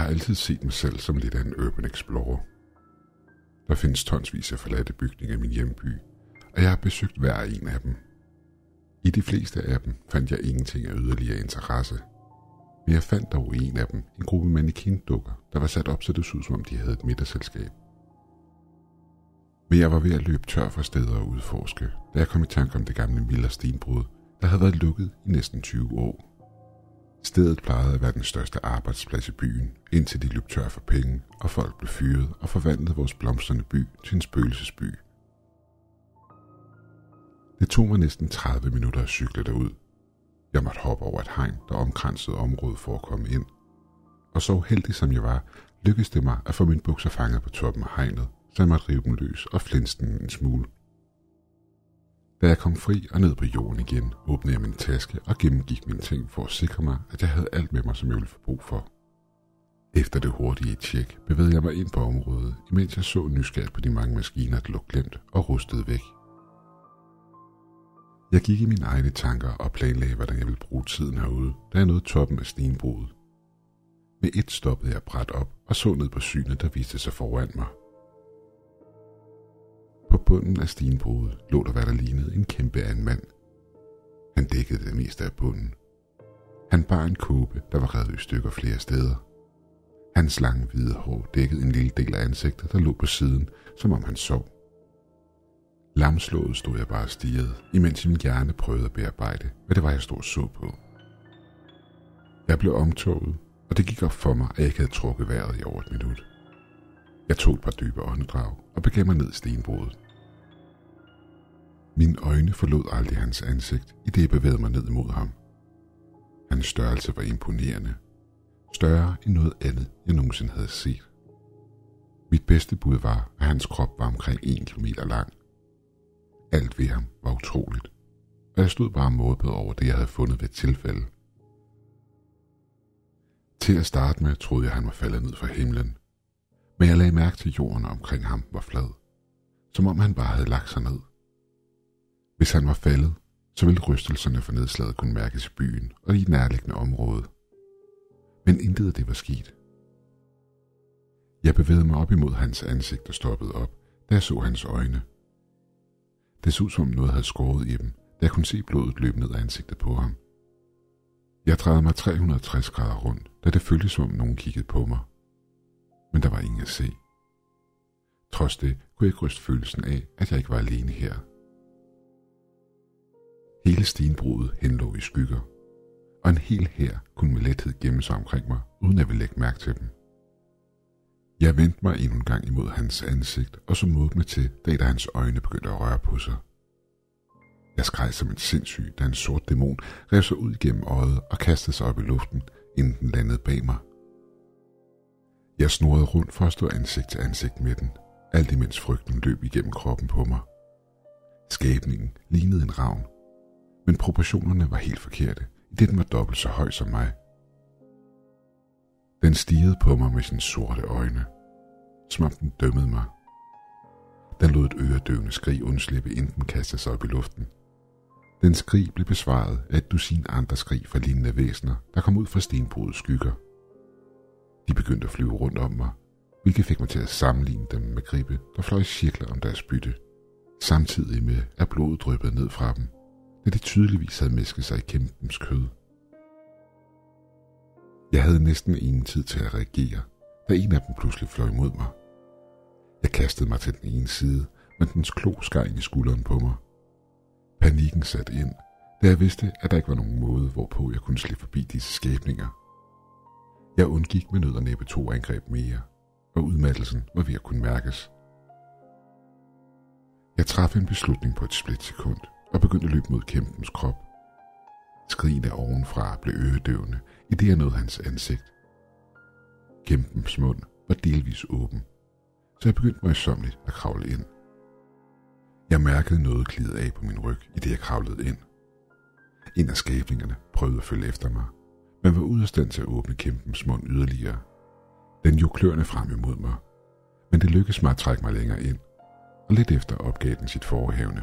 altid set mig selv som lidt af en urban explorer. Der findes tonsvis af forladte bygninger i min hjemby, og jeg har besøgt hver en af dem. I de fleste af dem fandt jeg ingenting af yderligere interesse. Men jeg fandt dog i en af dem en gruppe mannequin-dukker, der var sat op, så det så ud som om de havde et middagsselskab. Men jeg var ved at løbe tør for steder at udforske, da jeg kom i tanke om det gamle Miller stenbrud, der havde været lukket i næsten 20 år. Stedet plejede at være den største arbejdsplads i byen, indtil de løb tør for penge, og folk blev fyret og forvandlede vores blomstrende by til en spøgelsesby. Det tog mig næsten 30 minutter at cykle derud. Jeg måtte hoppe over et hegn, der omkransede området for at komme ind. Og så uheldig som jeg var, lykkedes det mig at få mine bukser fanget på toppen af hegnet, så jeg måtte rive dem løs og flinste den en smule. Da jeg kom fri og ned på jorden igen, åbnede jeg min taske og gennemgik mine ting for at sikre mig, at jeg havde alt med mig, som jeg ville få brug for. Efter det hurtige tjek bevægede jeg mig ind på området, imens jeg så nysgerrigt på de mange maskiner, der lå glemt og rustede væk. Jeg gik i mine egne tanker og planlagde, hvordan jeg ville bruge tiden herude, da jeg nåede toppen af stenbrudet. Med et stoppede jeg bræt op og så ned på synet, der viste sig foran mig. På bunden af stenbrudet lå der, hvad der lignede en kæmpe af en mand. Han dækkede det meste af bunden. Han bar en kåbe, der var revet i stykker flere steder. Hans lange hvide hår dækkede en lille del af ansigtet, der lå på siden, som om han sov. Lamslået stod jeg bare og stirrede, imens min hjerne prøvede at bearbejde, hvad det var, jeg stod og så på. Jeg blev omtoget, og det gik op for mig, at jeg ikke havde trukket vejret i over et minut. Jeg tog et par dybe åndedrag og begav mig ned i stenbrudet. Mine øjne forlod aldrig hans ansigt, i det jeg bevægede mig ned imod ham. Hans størrelse var imponerende. Større end noget andet, jeg nogensinde havde set. Mit bedste bud var, at hans krop var omkring 1 kilometer lang. Alt ved ham var utroligt, og jeg stod bare måbet over det, jeg havde fundet ved et tilfælde. Til at starte med troede jeg, han var faldet ned fra himlen, men jeg lagde mærke til, at jorden omkring ham var flad, som om han bare havde lagt sig ned. Hvis han var faldet, så ville rystelserne for nedslaget kunne mærkes i byen og i et nærliggende område. Men intet af det var sket. Jeg bevægede mig op imod hans ansigt og stoppede op, da jeg så hans øjne. Det så ud som om noget havde skåret i dem, da jeg kunne se blodet løbe ned af ansigtet på ham. Jeg drejede mig 360 grader rundt, da det føltes som om nogen kiggede på mig. Men der var ingen at se. Trods det kunne jeg ikke ryste følelsen af, at jeg ikke var alene her. Hele stenbrudet henlå i skygger, og en hel hær kunne med lethed gemme sig omkring mig, uden at jeg ville lægge mærke til dem. Jeg vendte mig endnu en gang imod hans ansigt, og så modne til, da hans øjne begyndte at røre på sig. Jeg skreg som en sindssyg, da en sort dæmon rev sig ud igennem øjet og kastede sig op i luften, inden den landede bag mig. Jeg snurrede rundt for at stå ansigt til ansigt med den, alt imens frygten løb igennem kroppen på mig. Skabningen lignede en ravn, men proportionerne var helt forkerte, idet den var dobbelt så høj som mig. Den stirrede på mig med sine sorte øjne, som om den dømmede mig. Den lod et øredøvende skrig undslippe, inden den kastede sig op i luften. Den skrig blev besvaret af et dusin andre skrig fra lignende væsener, der kom ud fra stenbrudets skygger. De begyndte at flyve rundt om mig, hvilket fik mig til at sammenligne dem med gribe, der fløj i cirkler om deres bytte, samtidig med at blodet dryppede ned fra dem, da de tydeligvis havde mæsket sig i kæmpens kød. Jeg havde næsten ingen tid til at reagere, da en af dem pludselig fløj imod mig. Jeg kastede mig til den ene side, men dens klo skar ind i skulderen på mig. Panikken satte ind, da jeg vidste, at der ikke var nogen måde, hvorpå jeg kunne slippe forbi disse skæbninger. Jeg undgik med nød og næppe 2 angreb mere, og udmattelsen var ved at kunne mærkes. Jeg traf en beslutning på et splitsekund og begyndte at løbe mod kæmpens krop. Skrigene ovenfra blev øredøvende, i det jeg nåede hans ansigt. Kæmpens mund var delvis åben, så jeg begyndte møjsommeligt at kravle ind. Jeg mærkede noget glide af på min ryg, i det jeg kravlede ind. En af skabningerne prøvede at følge efter mig, men var ude af stand til at åbne kæmpens mund yderligere. Den jog kløerne frem imod mig, men det lykkedes mig at trække mig længere ind, og lidt efter opgav den sit forehavende.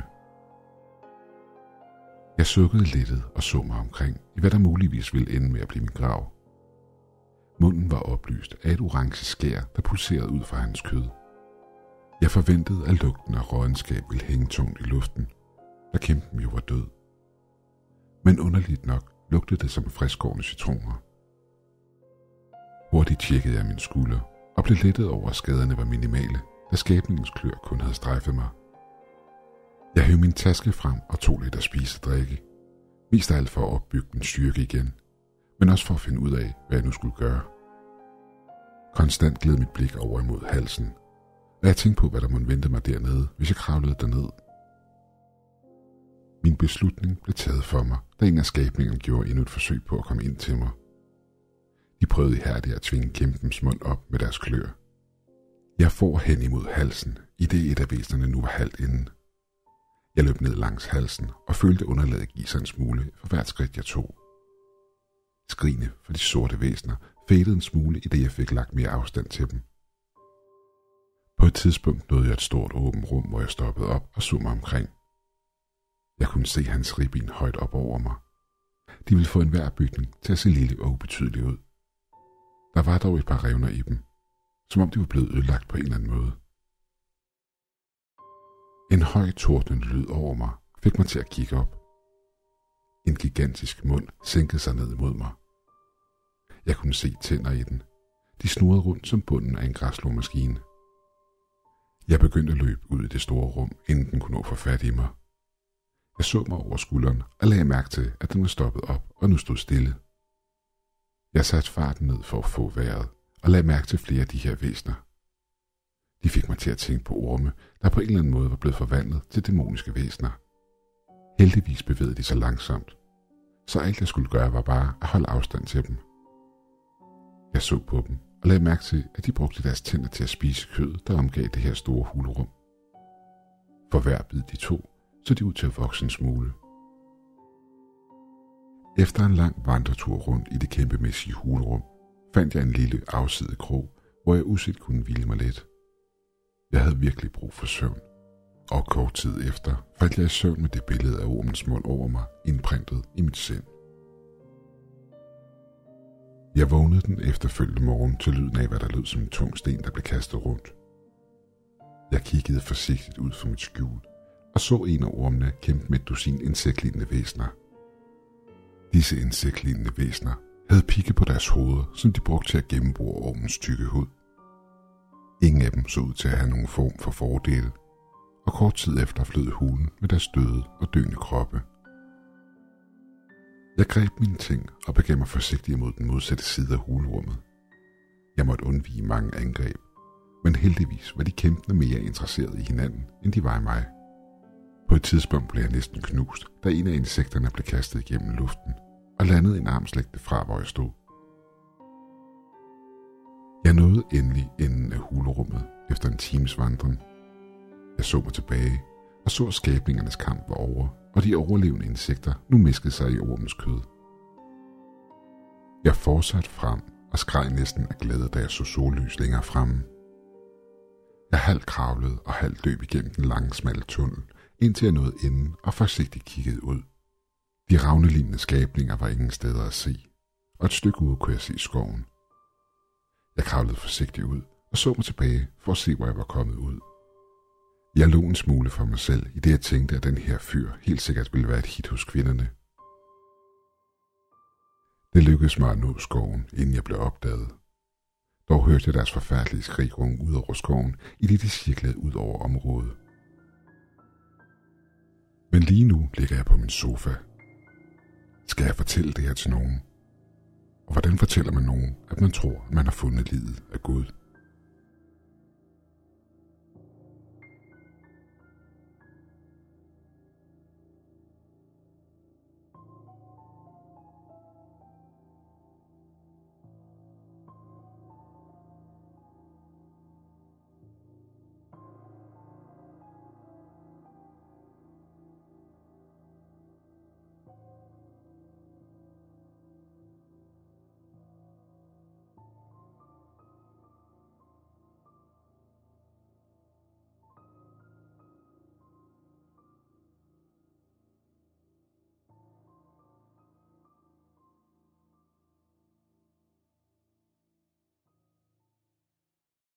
Jeg sukkede lettet og så mig omkring, i hvad der muligvis ville ende med at blive min grav. Munden var oplyst af et orange skær, der pulserede ud fra hans kød. Jeg forventede, at lugten af rådenskab ville hænge tungt i luften, da kæmpen jo var død. Men underligt nok lugtede det som friskårne citroner. Hurtigt tjekkede jeg min skulder og blev lettet over, at skaderne var minimale, da skabningens klør kun havde strejfet mig. Jeg hævde min taske frem og tog lidt at spise og drikke. Mest af alt for at opbygge min styrke igen, men også for at finde ud af, hvad jeg nu skulle gøre. Konstant gled mit blik over imod halsen, og jeg tænkte på, hvad der måtte vente mig dernede, hvis jeg kravlede derned. Min beslutning blev taget for mig, da en af skabningerne gjorde endnu et forsøg på at komme ind til mig. De prøvede ihærdigt at tvinge kæmpens mund op med deres klør. Jeg for hen imod halsen, i det et af væsenerne nu var halvt inde. Jeg løb ned langs halsen og følte underlaget give sig en smule for hvert skridt jeg tog. Skrigene for de sorte væsener fadede en smule, i det jeg fik lagt mere afstand til dem. På et tidspunkt nåede jeg et stort åbent rum, hvor jeg stoppede op og så mig omkring. Jeg kunne se hans ribben højt op over mig. De ville få enhver bygning til at se lille og ubetydelig ud. Der var dog et par revner i dem, som om de var blevet ødelagt på en eller anden måde. En høj tordnende lyd over mig fik mig til at kigge op. En gigantisk mund sænkede sig ned mod mig. Jeg kunne se tænder i den. De snurrede rundt som bunden af en græsslåmaskine. Jeg begyndte at løbe ud i det store rum, inden den kunne nå for fat i mig. Jeg så mig over skulderen og lagde mærke til, at den var stoppet op og nu stod stille. Jeg satte farten ned for at få vejret og lagde mærke til flere af de her væsener. De fik mig til at tænke på orme, der på en eller anden måde var blevet forvandlet til dæmoniske væsener. Heldigvis bevægede de sig langsomt, så alt jeg skulle gøre var bare at holde afstand til dem. Jeg så på dem og lagde mærke til, at de brugte deres tænder til at spise kød, der omgav det her store hulrum. For hver bid de tog, så de ud til at vokse en smule. Efter en lang vandretur rundt i det kæmpemæssige hulrum, fandt jeg en lille afsidet krog, hvor jeg uset kunne hvile mig lidt. Jeg havde virkelig brug for søvn, og kort tid efter faldt jeg i søvn med det billede af ormens mund over mig indprintet i mit sind. Jeg vågnede den efterfølgende morgen til lyden af, hvad der lød som en tung sten, der blev kastet rundt. Jeg kiggede forsigtigt ud fra mit skjul og så en af ormene kæmpe med et dusin insektlignende væsener. Disse insektlignende væsener havde pigge på deres hoveder, som de brugte til at gennembore ormens tykke hud. Ingen af dem så ud til at have nogen form for fordele, og kort tid efter flød hulen med deres døde og døende kroppe. Jeg greb mine ting og begav mig forsigtigt mod den modsatte side af hulrummet. Jeg måtte undvige mange angreb, men heldigvis var de kæmpende mere interesserede i hinanden, end de var i mig. På et tidspunkt blev jeg næsten knust, da en af insekterne blev kastet igennem luften og landede en armslængde fra, hvor jeg stod. Jeg nåede endelig enden af hulrummet efter en times vandring. Jeg så mig tilbage og så, at skabningernes kamp var over, og de overlevende insekter nu mæskede sig i ormens kød. Jeg fortsatte frem og skreg næsten af glæde, da jeg så sollys længere fremme. Jeg halvt kravlede og halvt løb igennem den lange, smalle tunnel, indtil jeg nåede enden og forsigtigt kiggede ud. De ravnelignende skabninger var ingen steder at se, og et stykke ude kunne jeg se skoven. Jeg kravlede forsigtigt ud og så mig tilbage for at se, hvor jeg var kommet ud. Jeg lå en smule for mig selv, i det jeg tænkte, at den her fyr helt sikkert ville være et hit hos kvinderne. Det lykkedes mig at nå skoven, inden jeg blev opdaget. Dog hørte jeg deres forfærdelige skrig runge ud over skoven, i det de cirklede ud over området. Men lige nu ligger jeg på min sofa. Skal jeg fortælle det her til nogen? Og hvordan fortæller man nogen, at man tror, at man har fundet livet af Gud?